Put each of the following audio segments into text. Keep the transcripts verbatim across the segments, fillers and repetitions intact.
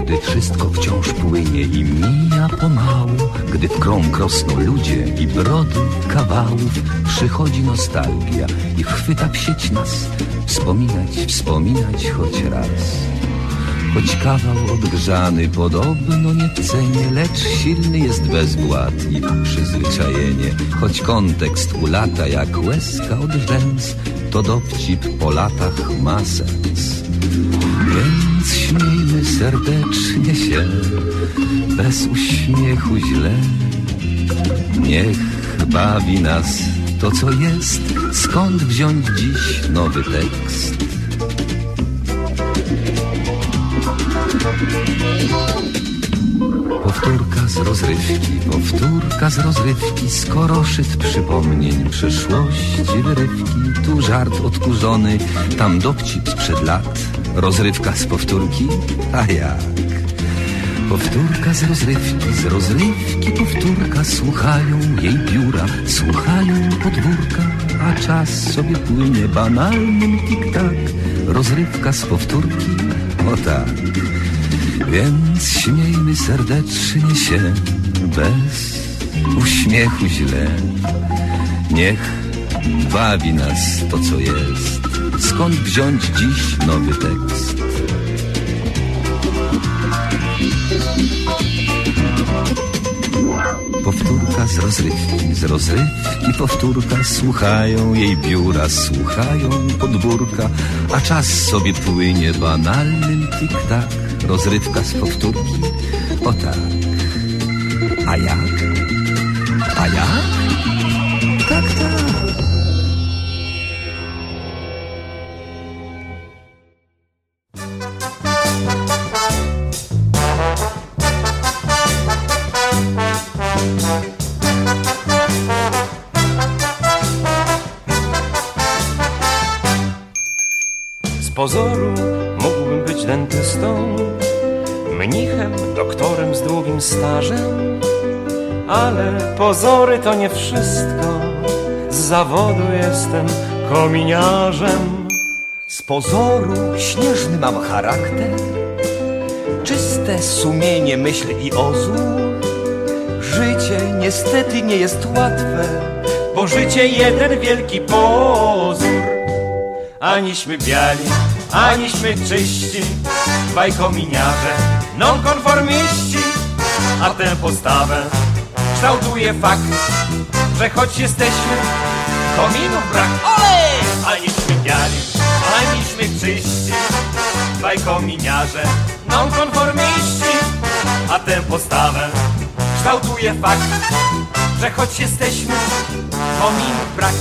gdy wszystko wciąż płynie i mija pomału, gdy w krąg rosną ludzie i brody kawałów, przychodzi nostalgia i chwyta w sieć nas, wspominać, wspominać choć raz. Choć kawał odgrzany podobno nie w cenie, lecz silny jest bezwład i przyzwyczajenie. Choć kontekst ulata jak łezka od rzęs, to dowcip po latach ma sens. Więc śmiejmy serdecznie się, bez uśmiechu źle. Niech bawi nas to, co jest, skąd wziąć dziś nowy tekst. Powtórka z rozrywki, powtórka z rozrywki, skoro szyt przypomnień przeszłości wyrywki. Tu żart odkurzony, tam dowcip sprzed lat, rozrywka z powtórki, a jak? Powtórka z rozrywki, z rozrywki powtórka, słuchają jej biura, słuchają podwórka, a czas sobie płynie banalnym tik-tak. Rozrywka z powtórki, o tak. Więc śmiejmy serdecznie się, bez uśmiechu źle. Niech bawi nas to, co jest, skąd wziąć dziś nowy tekst. Powtórka z rozrywki, z rozrywki powtórka, słuchają jej biura, słuchają podwórka, a czas sobie płynie banalnym tik-tak. Rozrywka z powtórki, o tak. A jak? A jak? Tak, tak. Z pozoru mógłbym być dentystą, mnichem, doktorem z długim stażem, ale pozory to nie wszystko. Z zawodu jestem kominiarzem. Z pozoru śnieżny mam charakter, czyste sumienie, myśl i ozór. Życie niestety nie jest łatwe, bo życie jeden wielki pozór. Aniśmy biali, aniśmy czyści, dwaj kominiarze, nonkonformiści. A tę postawę kształtuje fakt, że choć jesteśmy kominów brak. Ole! Aniśmy biali, aniśmy czyści, dwaj kominiarze, nonkonformiści. A tę postawę kształtuje fakt, że choć jesteśmy kominów brak.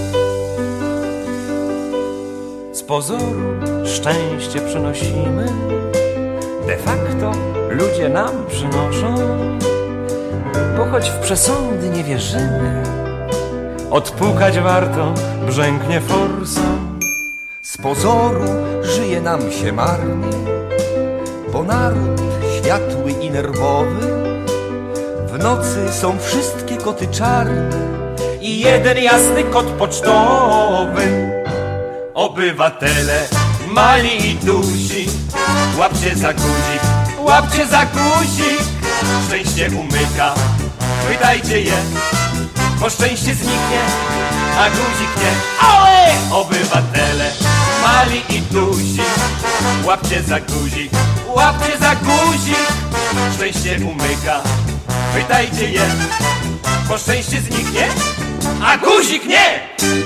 Z pozoru szczęście przynosimy, de facto ludzie nam przynoszą, bo choć w przesądy nie wierzymy, odpukać warto, brzęknie forsą. Z pozoru żyje nam się marnie, bo naród światły i nerwowy. W nocy są wszystkie koty czarne i jeden jasny kot pocztowy. Obywatele mali i duzi, łapcie za guzik, łapcie za guzik. Szczęście umyka, chwytajcie je, bo szczęście zniknie, a guzik nie. Ole! Obywatele mali i duzi, łapcie za guzik, łapcie za guzik. Szczęście umyka, chwytajcie je, bo szczęście zniknie, a guzik nie.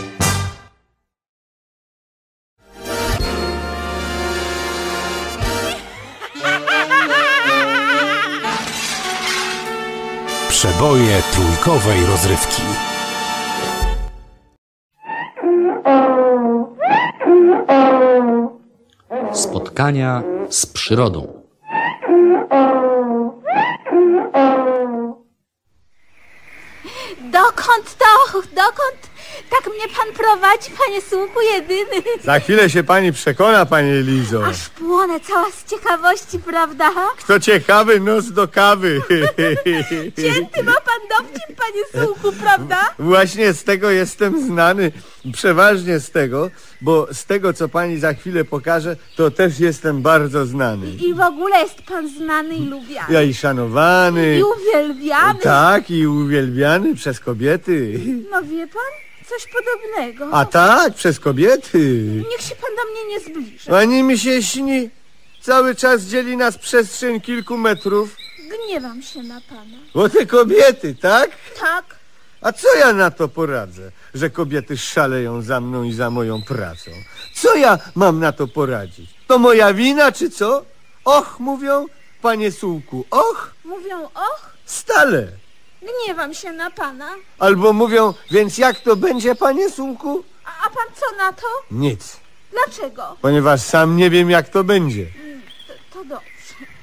Przeboje trójkowej rozrywki. Spotkania z przyrodą. Dokąd to? Och, dokąd tak mnie pan prowadzi, panie Sułku jedyny? Za chwilę się pani przekona, panie Elizo. Aż płonę cała z ciekawości, prawda? Kto ciekawy, nos do kawy. Cięty ma pan dowcip, panie Sułku, prawda? Właśnie z tego jestem znany. Przeważnie z tego, bo z tego, co pani za chwilę pokaże, to też jestem bardzo znany. I w ogóle jest pan znany i lubiany. Ja i szanowany. I uwielbiany. Tak, i uwielbiany przez kobiety. No wie pan? Coś podobnego. A tak, przez kobiety. Niech się pan do mnie nie zbliża. Ani mi się śni. Cały czas dzieli nas przestrzeń kilku metrów. Gniewam się na pana. Bo te kobiety, tak? Tak. A co ja na to poradzę, że kobiety szaleją za mną i za moją pracą? Co ja mam na to poradzić? To moja wina, czy co? Och, mówią, panie Sułku, och, Mówią och, stale. gniewam się na pana. Albo mówią, więc jak to będzie, panie Sułku? A, a pan co na to? Nic, Dlaczego? ponieważ sam nie wiem, jak to będzie. To, to dobrze.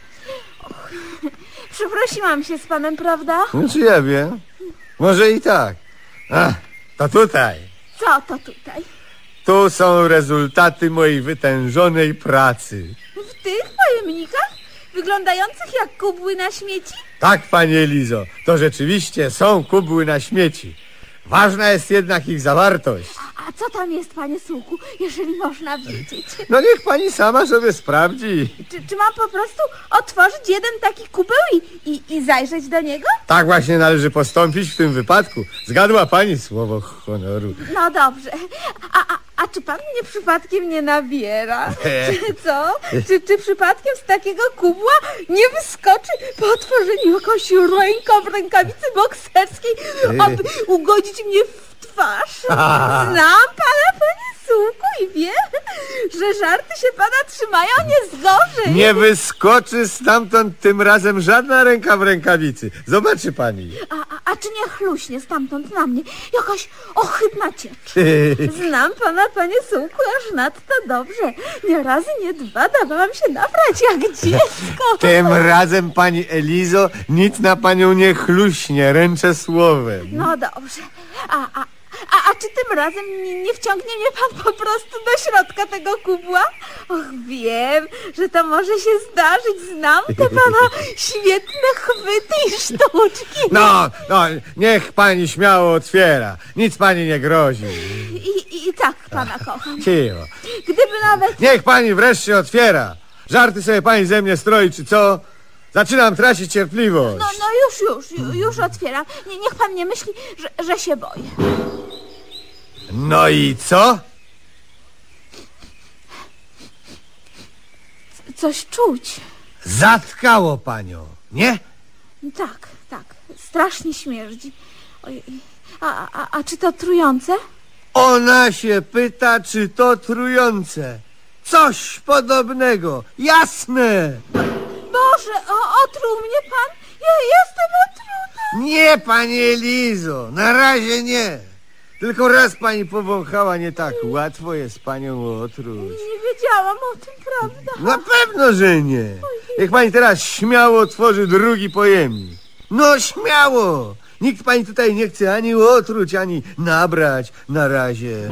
Och, przeprosiłam się z panem, prawda? Znaczy ja wiem, może i tak. Ach, to tutaj. Co to tutaj? Tu są rezultaty mojej wytężonej pracy. W tych pojemnikach? Wyglądających jak kubły na śmieci? Tak, panie Elizo, to rzeczywiście są kubły na śmieci. Ważna jest jednak ich zawartość. A co tam jest, panie Sułku, jeżeli można wiedzieć? No niech pani sama sobie sprawdzi. Czy, czy mam po prostu otworzyć jeden taki kubeł i, i, i zajrzeć do niego? Tak właśnie należy postąpić w tym wypadku. Zgadła pani słowo honoru. No dobrze. A, a, a czy pan mnie przypadkiem nie nabiera? Czy co? Czy, czy przypadkiem z takiego kubła nie wyskoczy po otworzeniu jakąś ręką w rękawicy bokserskiej, aby ugodzić mnie w twarz? Znam pana, panie Sułku, i wiem, że żarty się pana trzymają nie zgorzy. Nie wyskoczy stamtąd tym razem żadna ręka w rękawicy. Zobaczy pani. A, a, a czy nie chluśnie stamtąd na mnie jakaś ohydna ciecz? Znam pana, panie Sułku, aż nadto dobrze. Nie raz i nie dwa dawałam się nabrać jak dziecko. Tym razem, pani Elizo, nic na panią nie chluśnie, ręczę słowem. No dobrze. A, a, a, a czy tym razem nie, nie wciągnie mnie pan po prostu do środka tego kubła? Och, wiem, że to może się zdarzyć. Znam te pana świetne chwyty i sztuczki. No, no, niech pani śmiało otwiera. Nic pani nie grozi. I, i, i tak pana kocham. Cicho. Gdyby nawet... Niech pani wreszcie otwiera. Żarty sobie pani ze mnie stroi, czy co? Zaczynam tracić cierpliwość. No, no już, już, już, już otwieram. Nie, niech pan nie myśli, że, że się boję. No i co? C- coś czuć. Zatkało panią, nie? Tak, tak. Strasznie śmierdzi. Ojej. A, a, a czy to trujące? Ona się pyta, czy to trujące. Coś podobnego, jasne. Boże, o, otruł mnie pan? Ja jestem otruta. Nie, pani Elizo, na razie nie. Tylko raz pani powąchała, nie tak łatwo jest panią otruć. Nie wiedziałam o tym, prawda? Na pewno, że nie. Niech pani teraz śmiało otworzy drugi pojemnik. No śmiało. Nikt pani tutaj nie chce ani otruć, ani nabrać na razie.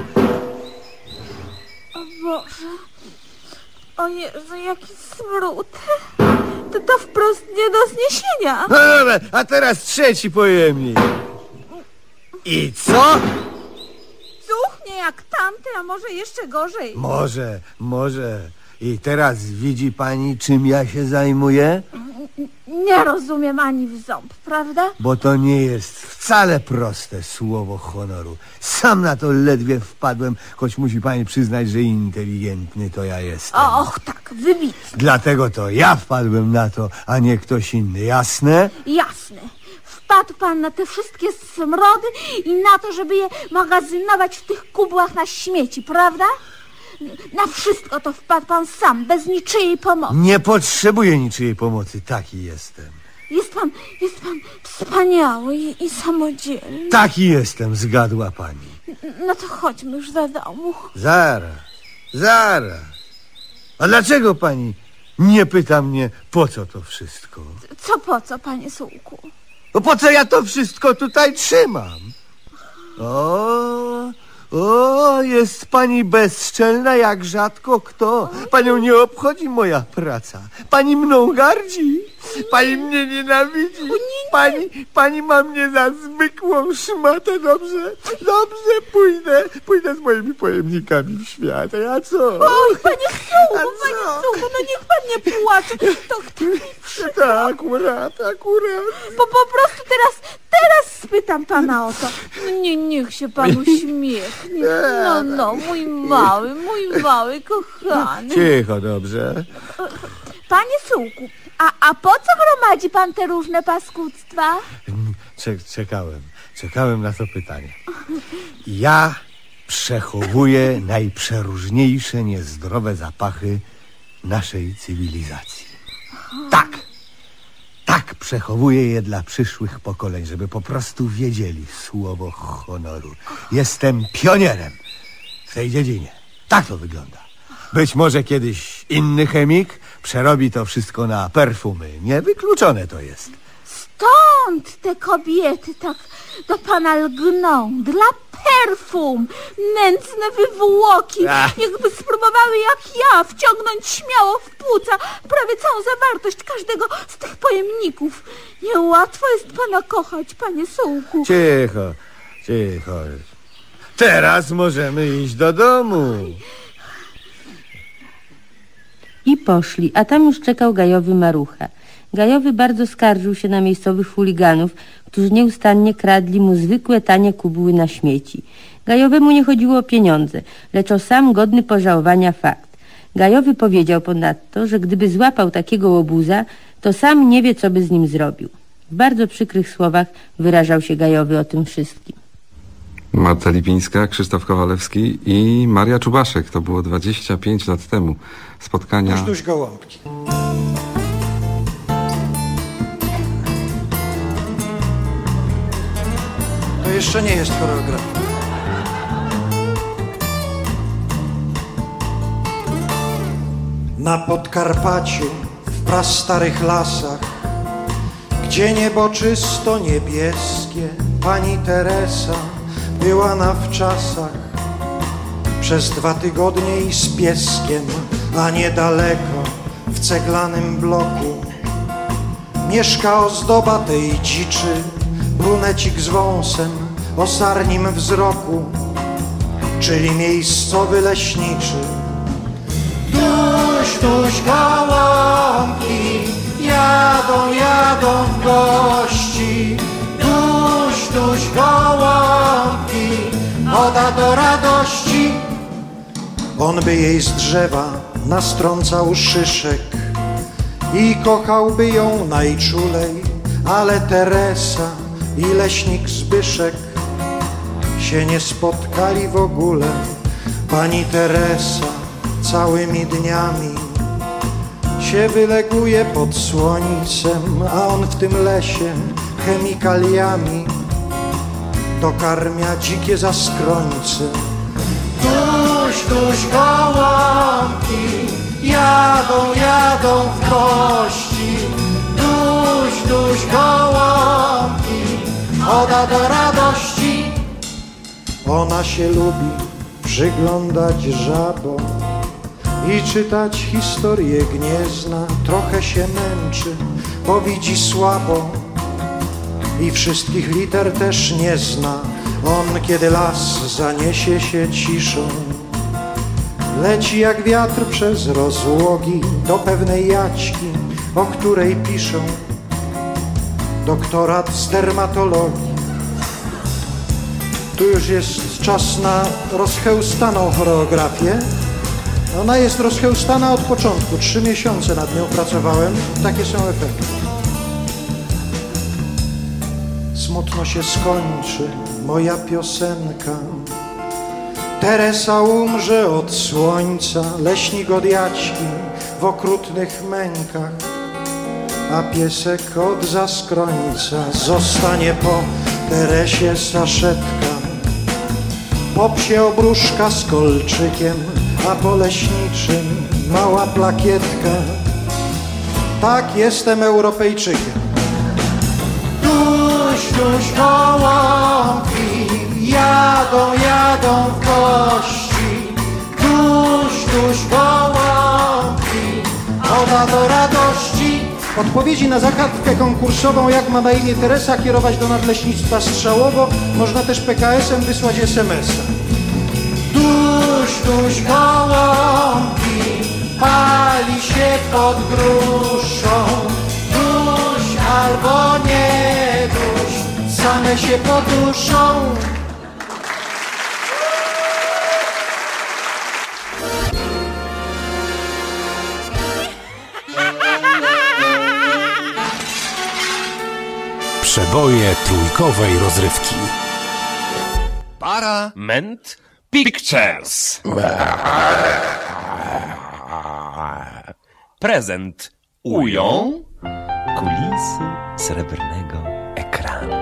O Boże. O Jezu, jaki smród. To, to wprost nie do zniesienia. No dobra, a teraz trzeci pojemnik. I co? Cuchnie jak tamte, a może jeszcze gorzej. Może, może. I teraz widzi pani, czym ja się zajmuję? Nie rozumiem ani w ząb, prawda? Bo to nie jest wcale proste słowo honoru. Sam na to ledwie wpadłem, choć musi pani przyznać, że inteligentny to ja jestem. Och, tak, wybitnie. Dlatego to ja wpadłem na to, a nie ktoś inny. Jasne? Jasne. Wpadł pan na te wszystkie smrody i na to, żeby je magazynować w tych kubłach na śmieci, prawda? Na wszystko to wpadł pan sam, bez niczyjej pomocy. Nie potrzebuję niczyjej pomocy, taki jestem. Jest pan, jest pan wspaniały i, i samodzielny. Taki jestem, zgadła pani. No to chodźmy już do domu. Zaraz, zaraz. A dlaczego pani nie pyta mnie, po co to wszystko? Co po co, panie Sułku? No po co ja to wszystko tutaj trzymam? O, o, jest pani bezczelna jak rzadko kto. Panią nie obchodzi moja praca. Pani mną gardzi. Pani mnie nienawidzi. Pani, pani ma mnie za zwykłą szmatę. Dobrze, dobrze, pójdę. Pójdę z moimi pojemnikami w świat. A co? Oj, panie Sułku, panie Sułku, no niech pan nie płacze. To kto mi przykro. Tak, akurat, akurat. Po, po prostu teraz, teraz spytam pana o to. Nie, niech się pan uśmiechnie. No, no, mój mały, mój mały, kochany. Cicho, dobrze. Panie Sułku, a, a po co gromadzi pan te różne paskudztwa? Czekałem, czekałem na to pytanie. Ja przechowuję najprzeróżniejsze niezdrowe zapachy naszej cywilizacji. Tak, tak przechowuję je dla przyszłych pokoleń, żeby po prostu wiedzieli słowo honoru. Jestem pionierem w tej dziedzinie. Tak to wygląda. Być może kiedyś inny chemik przerobi to wszystko na perfumy. Niewykluczone to jest. Stąd te kobiety tak do pana lgną. Dla perfum. Nędzne wywłoki. Ach. Jakby spróbowały jak ja wciągnąć śmiało w płuca prawie całą zawartość każdego z tych pojemników. Niełatwo jest pana kochać, panie Sułku. Cicho, cicho. Teraz możemy iść do domu. I poszli, a tam już czekał Gajowy Marucha. Gajowy bardzo skarżył się na miejscowych chuliganów, którzy nieustannie kradli mu zwykłe, tanie kubły na śmieci. Gajowemu nie chodziło o pieniądze, lecz o sam godny pożałowania fakt. Gajowy powiedział ponadto, że gdyby złapał takiego łobuza, to sam nie wie, co by z nim zrobił. W bardzo przykrych słowach wyrażał się Gajowy o tym wszystkim. Marta Lipińska, Krzysztof Kowalewski i Maria Czubaszek. To było dwadzieścia pięć lat temu. Spotkania... Duś, duś, gołąbki. To jeszcze nie jest choreografia. Na Podkarpaciu, w prastarych lasach, gdzie niebo czysto niebieskie, pani Teresa była na wczasach przez dwa tygodnie i z pieskiem, a niedaleko w ceglanym bloku mieszka ozdoba tej dziczy, brunecik z wąsem o sarnim wzroku, czyli miejscowy leśniczy. Duś, duś, gołąbki jadą, jadą w gości. Duś, duś, gołąbki, woda do radości. On by jej z drzewa nastrącał szyszek i kochałby ją najczulej, ale Teresa i leśnik Zbyszek się nie spotkali w ogóle. Pani Teresa całymi dniami się wyleguje pod słońcem, a on w tym lesie chemikaliami dokarmia dzikie zaskrońce. Duś, duś, gołąbki jadą, jadą w gości. Duś, duś, gołąbki, woda do radości. Ona się lubi przyglądać żabom i czytać historię gniezna. Trochę się męczy, bo widzi słabo i wszystkich liter też nie zna. On, kiedy las zaniesie się ciszą, leci jak wiatr przez rozłogi do pewnej jaćki, o której piszą doktorat z dermatologii. Tu już jest czas na rozchełstaną choreografię. Ona jest rozchełstana od początku. Trzy miesiące nad nią pracowałem. Takie są efekty. Smutno się skończy moja piosenka. Teresa umrze od słońca, leśnik od jaćki w okrutnych mękach, a piesek od zaskrońca. Zostanie po Teresie saszetka, po psie obruszka z kolczykiem, a po leśniczym mała plakietka. Tak, jestem Europejczykiem. Duś, duś, gołąbki Jadą, jadą w kości, duś, duś gołąbki, mowa do radości. Odpowiedzi na zagadkę konkursową, jak ma na imię Teresa, kierować do Nadleśnictwa Strzałowo. Można też P K S em wysłać es em es a. Duś, duś gołąbki, pali się pod gruszą. Duś albo nie duś, same się poduszą. Przeboje trójkowej rozrywki. Parament Pictures. Prezent ują kulisy srebrnego ekranu.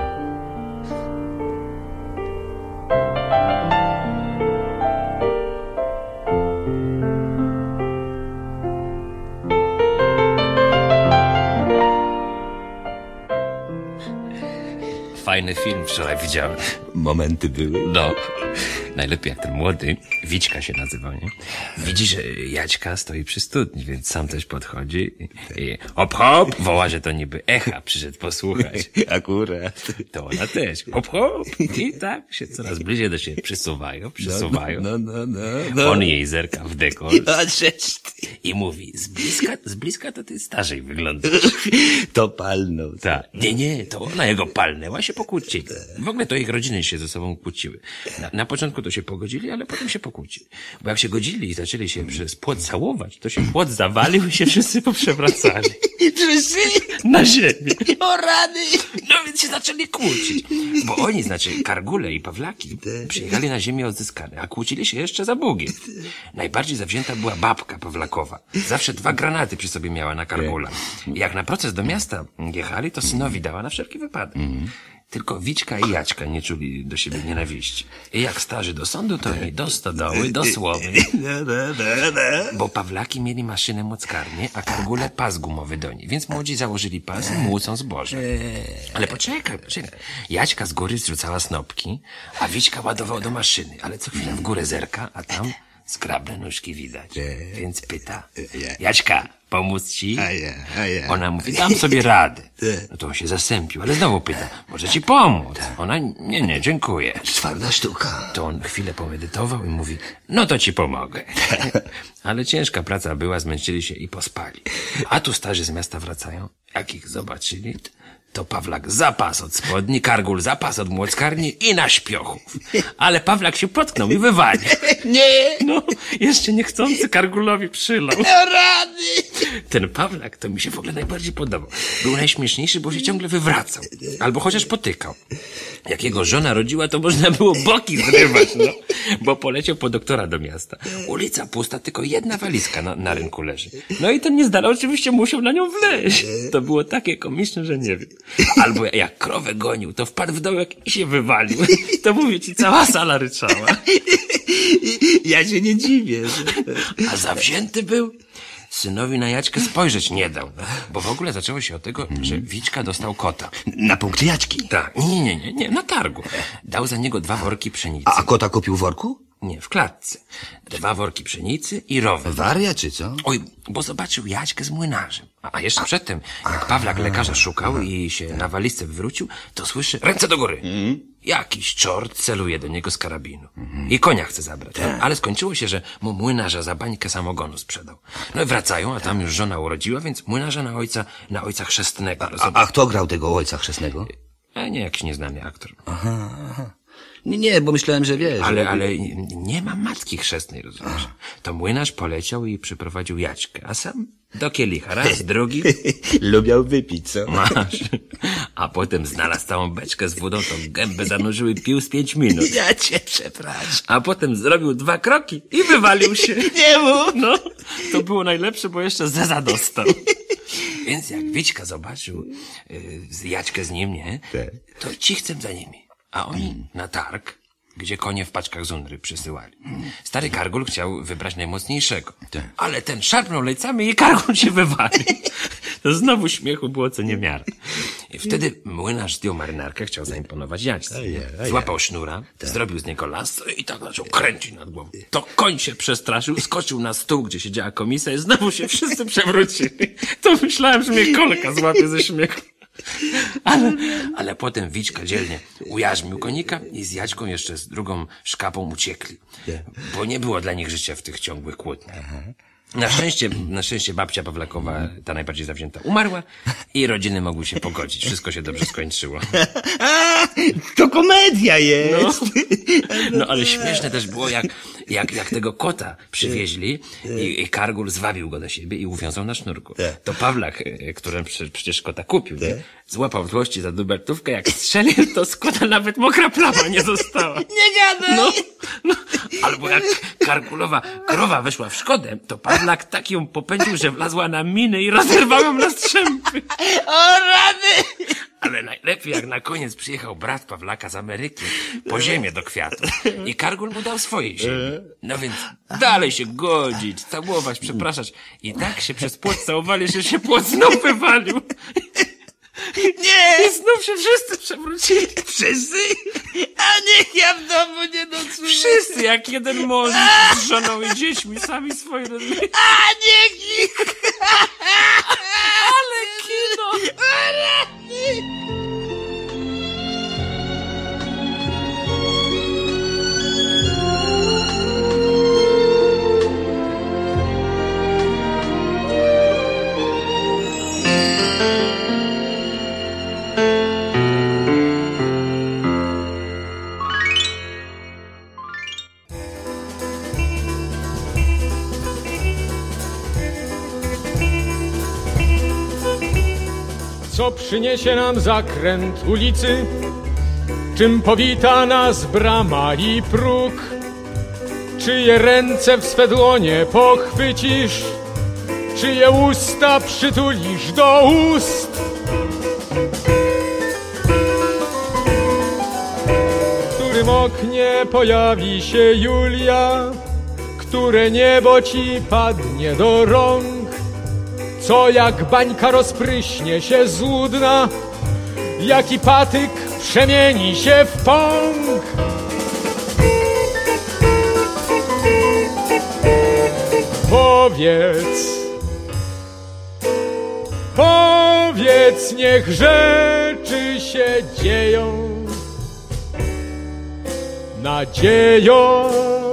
Fajny film wczoraj widziałem. Momenty były. No, najlepiej jak ten młody, Wićka się nazywał, nie? Widzi, że Jaćka stoi przy studni, więc sam też podchodzi i hop hop, woła, że to niby Echa przyszedł posłuchać. Akurat. To ona też. Hop hop. I tak się coraz bliżej do siebie przysuwają, przysuwają. No, no, no, no. On jej zerka w dekolt A żeż ty. i mówi, z bliska, z bliska to ty starzej wyglądasz. To palnął. Tak. Nie, nie, to ona jego palnęła, się pokłócili. W ogóle to ich rodziny się ze sobą kłóciły. Na, na początku to się pogodzili, ale potem się pokłócili. Bo jak się godzili i zaczęli się przez płot całować, to się płot zawalił i się wszyscy poprzewracali. Wszyscy Na ziemi. o rady. No więc się zaczęli kłócić. Bo oni, znaczy Kargule i Pawlaki, przyjechali na ziemię odzyskane, a kłócili się jeszcze za Bugiem. Najbardziej zawzięta była babka Pawlakowa. Zawsze dwa granaty przy sobie miała na Kargula. I jak na proces do miasta jechali, to synowi dała na wszelki wypadek. Tylko Wićka i Jaćka nie czuli do siebie nienawiści. I jak starzy do sądu, to oni do stodoły, do słowy. Bo Pawlaki mieli maszynę mockarnię, a Kargule pas gumowy do niej. Więc młodzi założyli pas i młócą zboże. Ale poczekaj, poczekaj. Jaćka z góry zrzucała snopki, a Wićka ładował do maszyny. Ale co chwilę w górę zerka, a tam zgrabne nóżki widać. Więc pyta, Jaćka, pomóc ci? Ona mówi, dam sobie radę. No to on się zasępił, ale znowu pyta, może ci pomóc? Ona, nie, nie, dziękuję. Twarda sztuka. To on chwilę pomedytował i mówi, no to ci pomogę. Ale ciężka praca była, zmęczyli się i pospali. A tu starzy z miasta wracają. Jak ich zobaczyli, to Pawlak zapas od spodni, Kargul zapas od młockarni i na śpiochów. Ale Pawlak się potknął i wywalił. Nie. No, jeszcze niechcący Kargulowi przylał. Rady. Ten Pawlak to mi się w ogóle najbardziej podobał. Był najśmieszniejszy, bo się ciągle wywracał. Albo chociaż potykał. Jak jego żona rodziła, to można było boki zrywać, no. Bo poleciał po doktora do miasta. Ulica pusta, tylko jedna walizka na, na rynku leży. No i ten niezdala oczywiście musiał na nią wleźć. To było takie komiczne, że nie wiem. Albo jak krowę gonił, to wpadł w dołek i się wywalił. To mówię ci, cała sala ryczała. Ja się nie dziwię. A zawzięty był? Synowi na Jaćkę spojrzeć nie dał. Bo w ogóle zaczęło się od tego, że Wićka dostał kota. Na punkcie Jaćki. Tak. Nie, nie, nie, nie, na targu. Dał za niego dwa worki pszenicy. A, a kota kupił w worku? Nie, w klatce. Dwa worki pszenicy i rower. Waria czy co? Oj, bo zobaczył Jaćkę z młynarzem. A, a jeszcze przedtem, jak Pawlak lekarza szukał i się na walizce wywrócił, to słyszy, ręce do góry. Jakiś czort celuje do niego z karabinu. I konia chce zabrać. Ale skończyło się, że mu młynarza za bańkę samogonu sprzedał. No i wracają, a tam już żona urodziła, więc młynarza na ojca, na ojca chrzestnego. A, a kto grał tego ojca chrzestnego? A nie, jakiś nieznany aktor. Aha, aha. Nie, nie, bo myślałem, że wiesz. Ale, że... ale nie ma matki chrzestnej, rozumiesz? To młynarz poleciał i przyprowadził Jaćkę, a sam do kielicha. Raz, drugi. Lubiał wypić, co? Masz. A potem znalazł całą beczkę z wodą, to gębę zanurzył i pił z pięć minut. Ja cię przepraszam. A potem zrobił dwa kroki i wywalił się. Nie mów. No, to było najlepsze, bo jeszcze zeza dostał. Więc jak Wićka zobaczył yy, Jaćkę z nim, nie? To cichcem za nimi. A oni na targ, gdzie konie w paczkach zundry przysyłali. Stary Kargul chciał wybrać najmocniejszego. Ale ten szarpnął lejcami i Kargul się wywalił. To znowu śmiechu było co niemiara. Wtedy młynarz zdjął marynarkę, chciał zaimponować Jaćce. Złapał sznura, zrobił z niego lasso i tak zaczął kręcić nad głową. To koń się przestraszył, skoczył na stół, gdzie siedziała komisa i znowu się wszyscy przewrócili. To myślałem, że mnie kolka złapie ze śmiechu. Ale, ale potem Wiczka dzielnie ujarzmił konika i z Jaćką jeszcze z drugą szkapą uciekli. Bo nie było dla nich życia w tych ciągłych kłótniach. Na szczęście, na szczęście babcia Pawlakowa, ta najbardziej zawzięta, umarła i rodziny mogły się pogodzić. Wszystko się dobrze skończyło. A, to komedia jest. No, no ale śmieszne też było, jak, jak, jak tego kota przywieźli i, i Kargul zwabił go do siebie i uwiązał na sznurku. To Pawlak, którym przecież kota kupił, nie? Złapał w złości za dubeltówkę, jak strzelił, to z kota nawet mokra plama nie została. Nie gadaj! No, no. Albo jak Kargulowa krowa weszła w Szkodę, to Pawlak tak ją popędził, że wlazła na miny i rozerwał ją na strzępy. O rady! Ale najlepiej, jak na koniec przyjechał brat Pawlaka z Ameryki po ziemię do kwiatów i Kargul mu dał swojej ziemi. No więc dalej się godzić, całować, przepraszać i tak się przez płot całowali, że się płot znów wywalił. Nie! I znów się wszyscy przewrócili. Wszyscy? A niech ja w domu nie nocuje. Wszyscy jak jeden mąż z żoną i dziećmi, sami swoje robili. A niech ich! Ale kino! O rany! Co przyniesie nam zakręt ulicy? Czym powita nas brama i próg? Czyje ręce w swe dłonie pochwycisz? Czyje usta przytulisz do ust? W którym oknie pojawi się Julia? Które niebo ci padnie do rąk? Co jak bańka rozpryśnie się złudna, jaki patyk przemieni się w pąk. Powiedz, powiedz, niech rzeczy się dzieją nadzieją,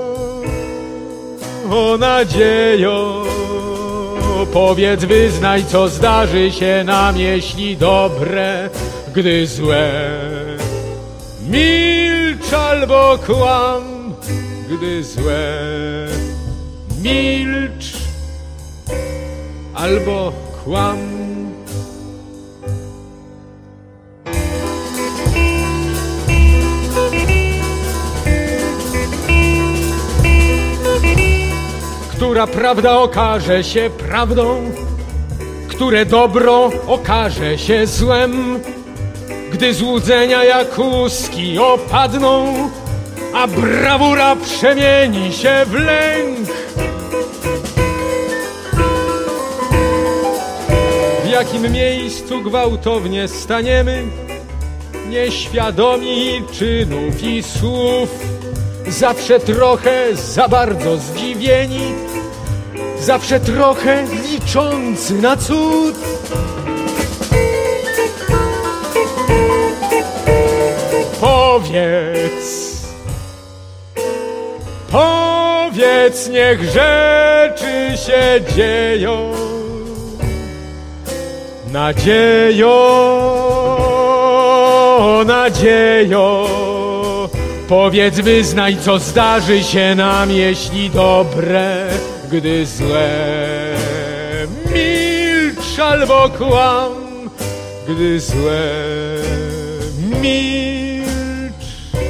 o nadzieją. Powiedz, wyznaj, co zdarzy się nam, jeśli dobre, gdy złe. Milcz albo kłam, gdy złe. Milcz albo kłam. Która prawda okaże się prawdą, które dobro okaże się złem, gdy złudzenia jak łuski opadną, a brawura przemieni się w lęk. W jakim miejscu gwałtownie staniemy, nieświadomi czynów i słów, zawsze trochę za bardzo zdziwieni, zawsze trochę liczący na cud. Powiedz, powiedz, niech rzeczy się dzieją nadzieją, nadzieją. Powiedz, wyznaj, co zdarzy się nam, jeśli dobre, gdy złe. Milcz albo kłam, gdy złe. Milcz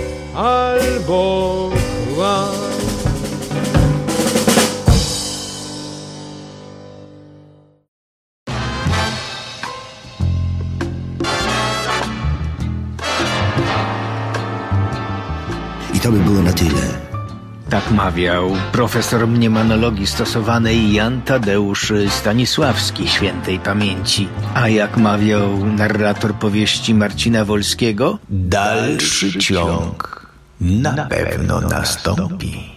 albo kłam. I to by było na tyle. Tak mawiał profesor mnemonologii stosowanej Jan Tadeusz Stanisławski świętej pamięci. A jak mawiał narrator powieści Marcina Wolskiego, dalszy ciąg na pewno nastąpi.